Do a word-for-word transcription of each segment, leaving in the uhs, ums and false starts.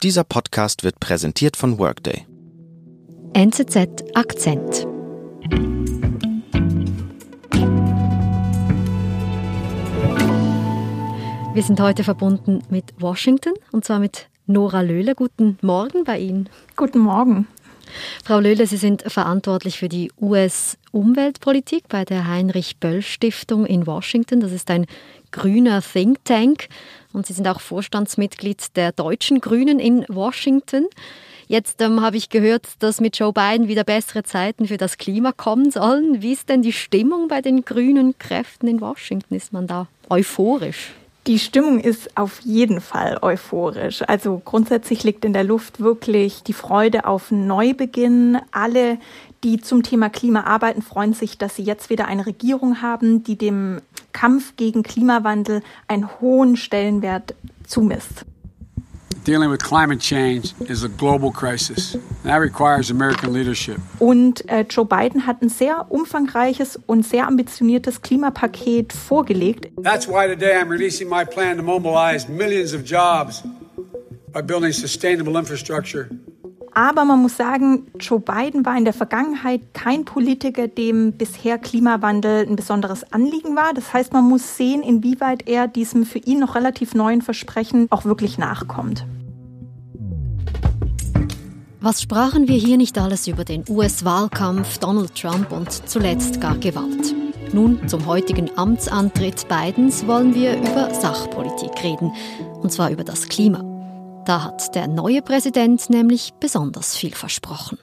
Dieser Podcast wird präsentiert von Workday. N Z Z Akzent. Wir sind heute verbunden mit Washington, und zwar mit Nora Löhle. Guten Morgen bei Ihnen. Guten Morgen. Frau Löhle, Sie sind verantwortlich für die U S-Umweltpolitik bei der Heinrich-Böll-Stiftung in Washington. Das ist ein grüner Think Tank. Und Sie sind auch Vorstandsmitglied der deutschen Grünen in Washington. Jetzt ähm, habe ich gehört, dass mit Joe Biden wieder bessere Zeiten für das Klima kommen sollen. Wie ist denn die Stimmung bei den grünen Kräften in Washington? Ist man da euphorisch? Die Stimmung ist auf jeden Fall euphorisch. Also grundsätzlich liegt in der Luft wirklich die Freude auf Neubeginn. Alle, die zum Thema Klima arbeiten, freuen sich, dass sie jetzt wieder eine Regierung haben, die dem Kampf gegen Klimawandel einen hohen Stellenwert zumisst. Dealing with climate change is a global crisis. That requires American leadership. Und äh, Joe Biden hat ein sehr umfangreiches und sehr ambitioniertes Klimapaket vorgelegt. That's why today I'm releasing my plan to mobilize millions of jobs by building sustainable infrastructure. Aber man muss sagen, Joe Biden war in der Vergangenheit kein Politiker, dem bisher Klimawandel ein besonderes Anliegen war. Das heißt, man muss sehen, inwieweit er diesem für ihn noch relativ neuen Versprechen auch wirklich nachkommt. Was sprachen wir hier nicht alles über den U S-Wahlkampf, Donald Trump und zuletzt gar Gewalt? Nun, zum heutigen Amtsantritt Bidens wollen wir über Sachpolitik reden, und zwar über das Klima. Da hat der neue Präsident nämlich besonders viel versprochen.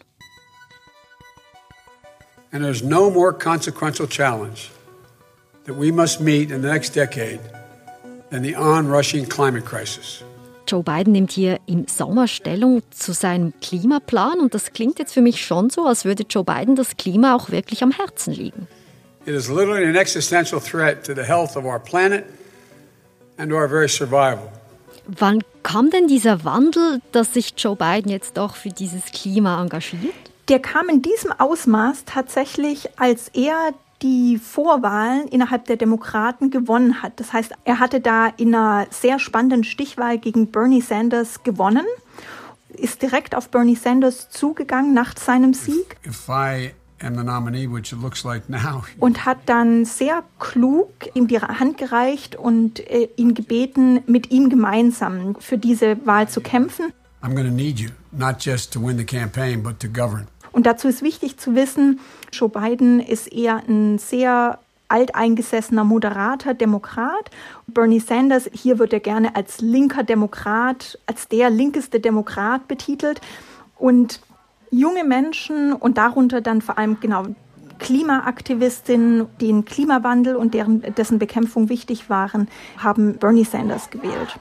And there's no more consequential challenge that we must meet in the next decade than the onrushing climate crisis. Joe Biden nimmt hier im Sommer Stellung zu seinem Klimaplan, und das klingt jetzt für mich schon so, als würde Joe Biden das Klima auch wirklich am Herzen liegen. It is literally an existential threat to the health of our planet and to our very survival. Wann kam denn dieser Wandel, dass sich Joe Biden jetzt doch für dieses Klima engagiert? Der kam in diesem Ausmaß tatsächlich, als er die Vorwahlen innerhalb der Demokraten gewonnen hat. Das heißt, er hatte da in einer sehr spannenden Stichwahl gegen Bernie Sanders gewonnen, ist direkt auf Bernie Sanders zugegangen nach seinem Sieg. If I am the nominee, which it looks like now. Und hat dann sehr klug ihm die Hand gereicht und äh, ihn gebeten, mit ihm gemeinsam für diese Wahl zu kämpfen. I'm going to need you, not just to win the campaign, but to govern. Und dazu ist wichtig zu wissen, Joe Biden ist eher ein sehr alteingesessener, moderater Demokrat. Bernie Sanders, hier wird er gerne als linker Demokrat, als der linkeste Demokrat betitelt. Und junge Menschen und darunter dann vor allem genau Klimaaktivistinnen, die den Klimawandel und deren, dessen Bekämpfung wichtig waren, haben Bernie Sanders gewählt.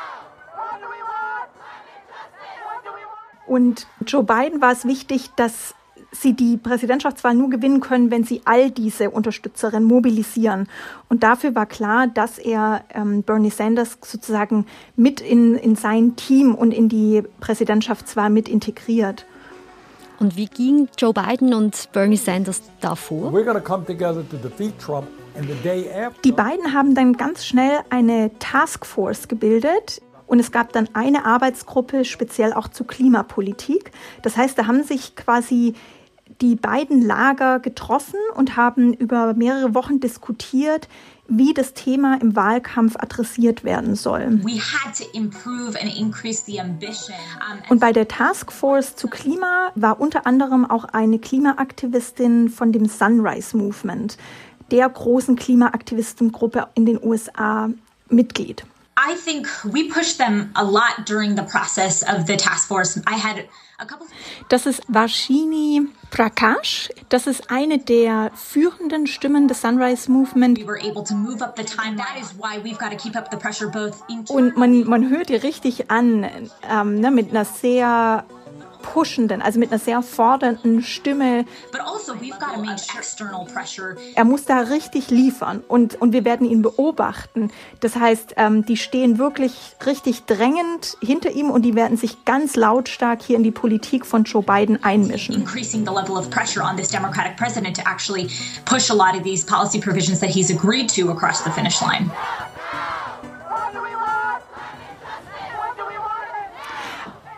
Und Joe Biden war es wichtig, dass sie die Präsidentschaftswahl nur gewinnen können, wenn sie all diese Unterstützerinnen mobilisieren. Und dafür war klar, dass er ähm, Bernie Sanders sozusagen mit in, in sein Team und in die Präsidentschaftswahl mit integriert. Und wie ging Joe Biden und Bernie Sanders da vor? Die beiden haben dann ganz schnell eine Taskforce gebildet. Und es gab dann eine Arbeitsgruppe speziell auch zu Klimapolitik. Das heißt, da haben sich quasi die beiden Lager getroffen und haben über mehrere Wochen diskutiert, wie das Thema im Wahlkampf adressiert werden soll. Und bei der Taskforce zu Klima war unter anderem auch eine Klimaaktivistin von dem Sunrise Movement, der großen Klimaaktivistengruppe in den U S A, Mitglied. I think we pushed them a lot during the process of the task force. I had a couple. Das ist Varshini Prakash. Das ist eine der führenden Stimmen des Sunrise Movement. We were able to move up the timeline. That is why we've got to keep up the pressure both into. Und man man hört ihr richtig an, ähm, ne, mit einer sehr pushenden, also mit einer sehr fordernden Stimme. But also we've got to make external pressure. Er muss da richtig liefern und, und wir werden ihn beobachten. Das heißt, ähm, die stehen wirklich richtig drängend hinter ihm und die werden sich ganz lautstark hier in die Politik von Joe Biden einmischen. Increasing the level of pressure on this Democratic president to actually push a lot of these policy provisions that he's agreed to across the finish line.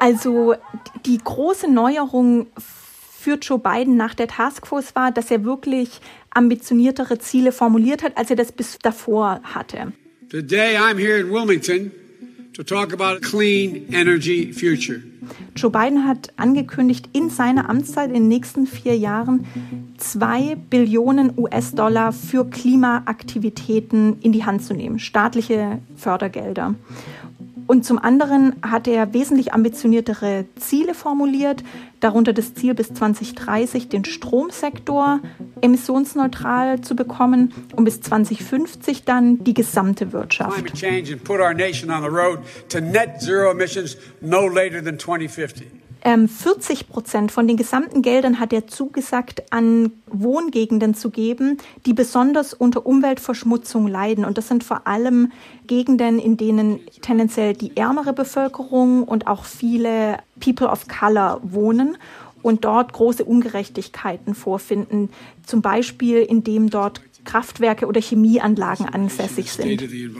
Also die große Neuerung für Joe Biden nach der Taskforce war, dass er wirklich ambitioniertere Ziele formuliert hat, als er das bis davor hatte. Today I'm here in Wilmington to talk about a clean energy future. Joe Biden hat angekündigt, in seiner Amtszeit in den nächsten vier Jahren zwei Billionen U S-Dollar für Klimaaktivitäten in die Hand zu nehmen, staatliche Fördergelder. Und zum anderen hat er wesentlich ambitioniertere Ziele formuliert, darunter das Ziel bis zwanzig dreißig den Stromsektor emissionsneutral zu bekommen und bis zwanzig fünfzig dann die gesamte Wirtschaft. Climate change and put our nation on the road to net zero emissions no later than twenty fifty. Ähm, vierzig Prozent von den gesamten Geldern hat er zugesagt, an Wohngegenden zu geben, die besonders unter Umweltverschmutzung leiden. Und das sind vor allem Gegenden, in denen tendenziell die ärmere Bevölkerung und auch viele People of Color wohnen und dort große Ungerechtigkeiten vorfinden. Zum Beispiel, indem dort Kraftwerke oder Chemieanlagen ansässig sind.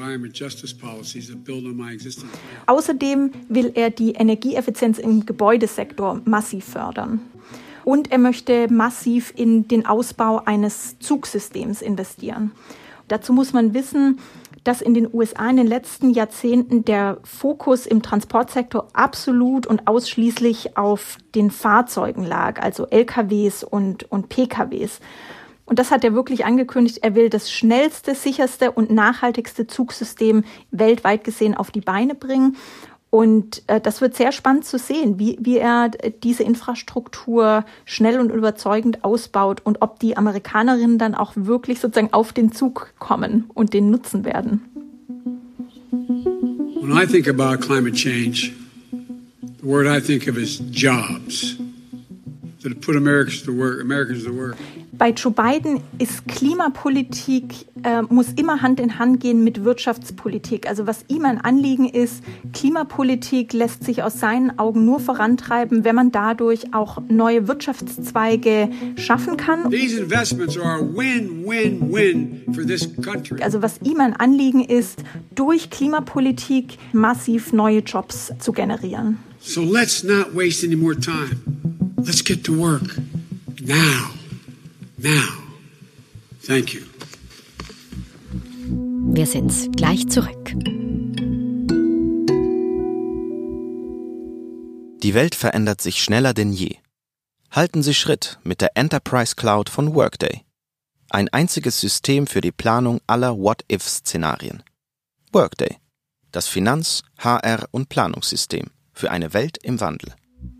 Außerdem will er die Energieeffizienz im Gebäudesektor massiv fördern. Und er möchte massiv in den Ausbau eines Zugsystems investieren. Dazu muss man wissen, dass in den U S A in den letzten Jahrzehnten der Fokus im Transportsektor absolut und ausschließlich auf den Fahrzeugen lag, also L K Ws und, und P K Ws. Und das hat er wirklich angekündigt. Er will das schnellste, sicherste und nachhaltigste Zugsystem weltweit gesehen auf die Beine bringen. Und äh, das wird sehr spannend zu sehen, wie, wie er diese Infrastruktur schnell und überzeugend ausbaut und ob die Amerikanerinnen dann auch wirklich sozusagen auf den Zug kommen und den nutzen werden. When I think about climate change, the word I think of is jobs. That put Americans to work, Americans to work. Bei Joe Biden ist Klimapolitik, äh, muss immer Hand in Hand gehen mit Wirtschaftspolitik. Also was ihm ein Anliegen ist, Klimapolitik lässt sich aus seinen Augen nur vorantreiben, wenn man dadurch auch neue Wirtschaftszweige schaffen kann. These investments are a win-win-win for this country. Also was ihm ein Anliegen ist, durch Klimapolitik massiv neue Jobs zu generieren. So let's not waste any more time. Let's get to work now. Now. Thank you. Wir sind gleich zurück. Die Welt verändert sich schneller denn je. Halten Sie Schritt mit der Enterprise Cloud von Workday. Ein einziges System für die Planung aller What-If-Szenarien. Workday. Das Finanz-, H R- und Planungssystem für eine Welt im Wandel.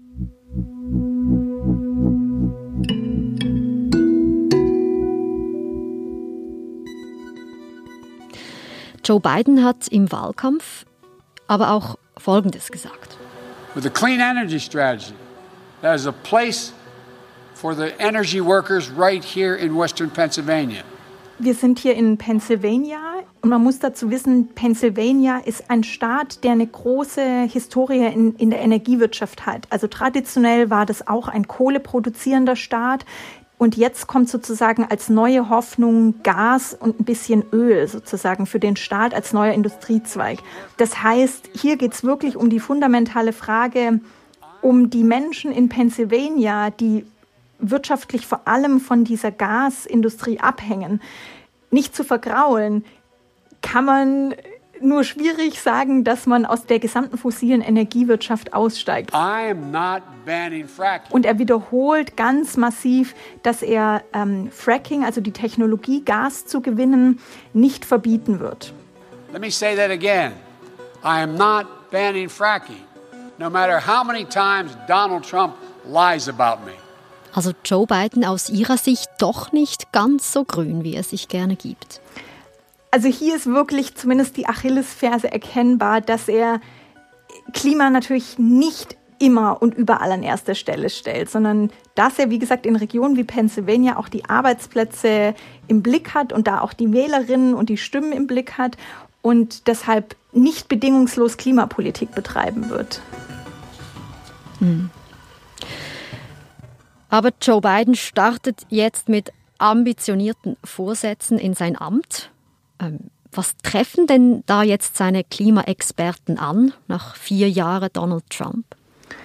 Joe Biden hat im Wahlkampf aber auch Folgendes gesagt. With a clean energy strategy, there is a place for the energy workers right here in Western Pennsylvania. Wir sind hier in Pennsylvania und man muss dazu wissen, Pennsylvania ist ein Staat, der eine große Historie in, in der Energiewirtschaft hat. Also traditionell war das auch ein kohleproduzierender Staat. Und jetzt kommt sozusagen als neue Hoffnung Gas und ein bisschen Öl sozusagen für den Staat als neuer Industriezweig. Das heißt, hier geht es wirklich um die fundamentale Frage, um die Menschen in Pennsylvania, die wirtschaftlich vor allem von dieser Gasindustrie abhängen, nicht zu vergraulen. Kann man nur schwierig sagen, dass man aus der gesamten fossilen Energiewirtschaft aussteigt. I am not banning fracking. Und er wiederholt ganz massiv, dass er ähm, Fracking, also die Technologie, Gas zu gewinnen, nicht verbieten wird. Let me say that again. I am not banning fracking, no matter how many times Donald Trump lies about me. Also Joe Biden aus Ihrer Sicht doch nicht ganz so grün, wie er sich gerne gibt. Also hier ist wirklich zumindest die Achillesferse erkennbar, dass er Klima natürlich nicht immer und überall an erster Stelle stellt, sondern dass er, wie gesagt, in Regionen wie Pennsylvania auch die Arbeitsplätze im Blick hat und da auch die Wählerinnen und die Stimmen im Blick hat und deshalb nicht bedingungslos Klimapolitik betreiben wird. Hm. Aber Joe Biden startet jetzt mit ambitionierten Vorsätzen in sein Amt. Was treffen denn da jetzt seine Klimaexperten an nach vier Jahren Donald Trump?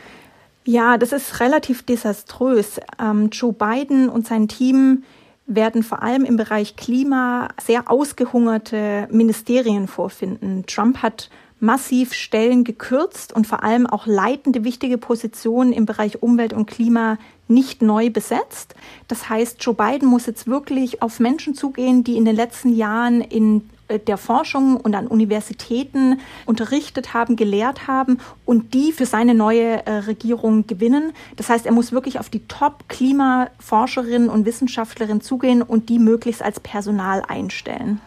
Ja, das ist relativ desaströs. Ähm, Joe Biden und sein Team werden vor allem im Bereich Klima sehr ausgehungerte Ministerien vorfinden. Trump hat massiv Stellen gekürzt und vor allem auch leitende wichtige Positionen im Bereich Umwelt und Klima nicht neu besetzt. Das heißt, Joe Biden muss jetzt wirklich auf Menschen zugehen, die in den letzten Jahren in der Forschung und an Universitäten unterrichtet haben, gelehrt haben und die für seine neue äh, Regierung gewinnen. Das heißt, er muss wirklich auf die Top-Klimaforscherinnen und Wissenschaftlerinnen zugehen und die möglichst als Personal einstellen.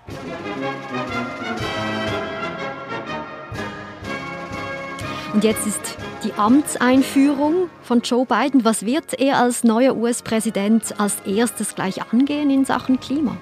Und jetzt ist die Amtseinführung von Joe Biden. Was wird er als neuer U S-Präsident als erstes gleich angehen in Sachen Klima?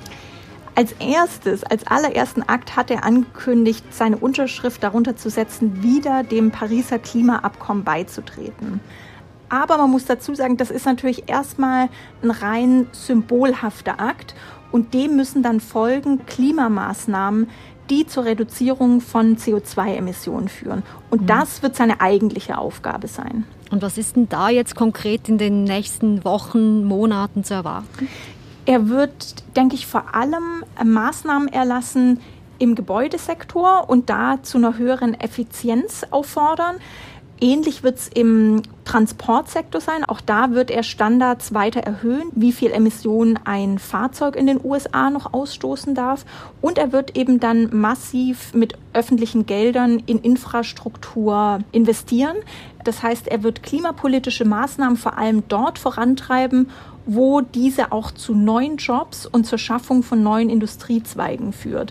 Als erstes, als allerersten Akt hat er angekündigt, seine Unterschrift darunter zu setzen, wieder dem Pariser Klimaabkommen beizutreten. Aber man muss dazu sagen, das ist natürlich erstmal ein rein symbolhafter Akt und dem müssen dann folgen Klimamaßnahmen, die zur Reduzierung von C O zwei Emissionen führen. Und mhm. das wird seine eigentliche Aufgabe sein. Und was ist denn da jetzt konkret in den nächsten Wochen, Monaten zu erwarten? Er wird, denke ich, vor allem Maßnahmen erlassen im Gebäudesektor und da zu einer höheren Effizienz auffordern. Ähnlich wird es im Transportsektor sein. Auch da wird er Standards weiter erhöhen, wie viel Emissionen ein Fahrzeug in den U S A noch ausstoßen darf. Und er wird eben dann massiv mit öffentlichen Geldern in Infrastruktur investieren. Das heißt, er wird klimapolitische Maßnahmen vor allem dort vorantreiben, wo diese auch zu neuen Jobs und zur Schaffung von neuen Industriezweigen führt.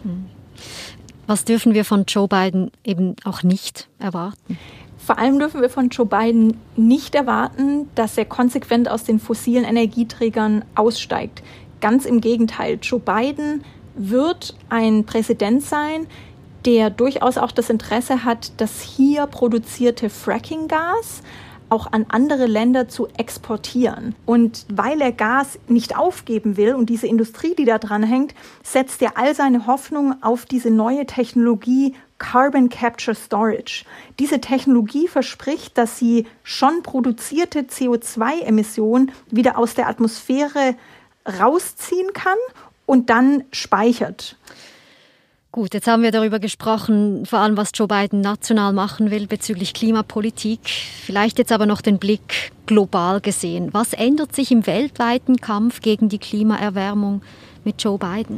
Was dürfen wir von Joe Biden eben auch nicht erwarten? Vor allem dürfen wir von Joe Biden nicht erwarten, dass er konsequent aus den fossilen Energieträgern aussteigt. Ganz im Gegenteil, Joe Biden wird ein Präsident sein, der durchaus auch das Interesse hat, das hier produzierte Fracking-Gas auch an andere Länder zu exportieren. Und weil er Gas nicht aufgeben will und diese Industrie, die da dran hängt, setzt er all seine Hoffnung auf diese neue Technologie Carbon Capture Storage. Diese Technologie verspricht, dass sie schon produzierte C O zwei Emissionen wieder aus der Atmosphäre rausziehen kann und dann speichert. Gut, jetzt haben wir darüber gesprochen, vor allem was Joe Biden national machen will bezüglich Klimapolitik. Vielleicht jetzt aber noch den Blick global gesehen. Was ändert sich im weltweiten Kampf gegen die Klimaerwärmung mit Joe Biden?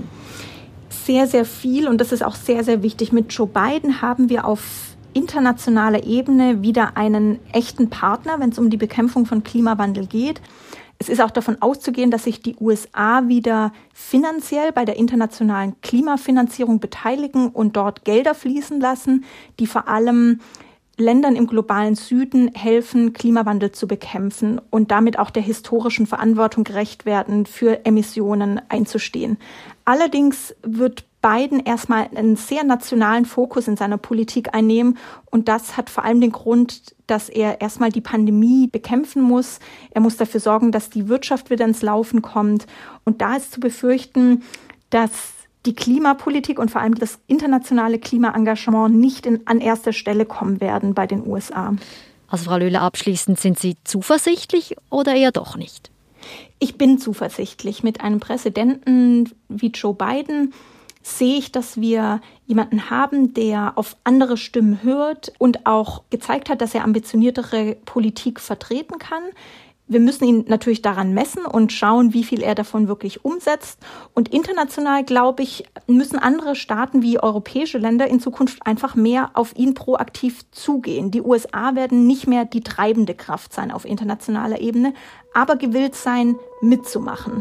Sehr, sehr viel und das ist auch sehr, sehr wichtig. Mit Joe Biden haben wir auf internationaler Ebene wieder einen echten Partner, wenn es um die Bekämpfung von Klimawandel geht. Es ist auch davon auszugehen, dass sich die U S A wieder finanziell bei der internationalen Klimafinanzierung beteiligen und dort Gelder fließen lassen, die vor allem Ländern im globalen Süden helfen, Klimawandel zu bekämpfen und damit auch der historischen Verantwortung gerecht werden, für Emissionen einzustehen. Allerdings wird Biden erstmal einen sehr nationalen Fokus in seiner Politik einnehmen und das hat vor allem den Grund, dass er erstmal die Pandemie bekämpfen muss. Er muss dafür sorgen, dass die Wirtschaft wieder ins Laufen kommt und da ist zu befürchten, dass die Klimapolitik und vor allem das internationale Klimaengagement nicht in, an erster Stelle kommen werden bei den U S A. Also Frau Löhler, abschließend, sind Sie zuversichtlich oder eher doch nicht? Ich bin zuversichtlich. Mit einem Präsidenten wie Joe Biden sehe ich, dass wir jemanden haben, der auf andere Stimmen hört und auch gezeigt hat, dass er ambitioniertere Politik vertreten kann. Wir müssen ihn natürlich daran messen und schauen, wie viel er davon wirklich umsetzt. Und international, glaube ich, müssen andere Staaten wie europäische Länder in Zukunft einfach mehr auf ihn proaktiv zugehen. Die U S A werden nicht mehr die treibende Kraft sein auf internationaler Ebene, aber gewillt sein, mitzumachen.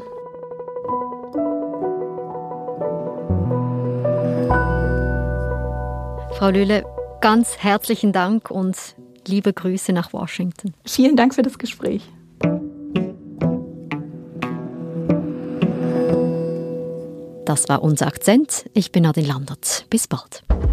Frau Löhle, ganz herzlichen Dank und liebe Grüße nach Washington. Vielen Dank für das Gespräch. Das war unser Akzent. Ich bin Nadine Landert. Bis bald.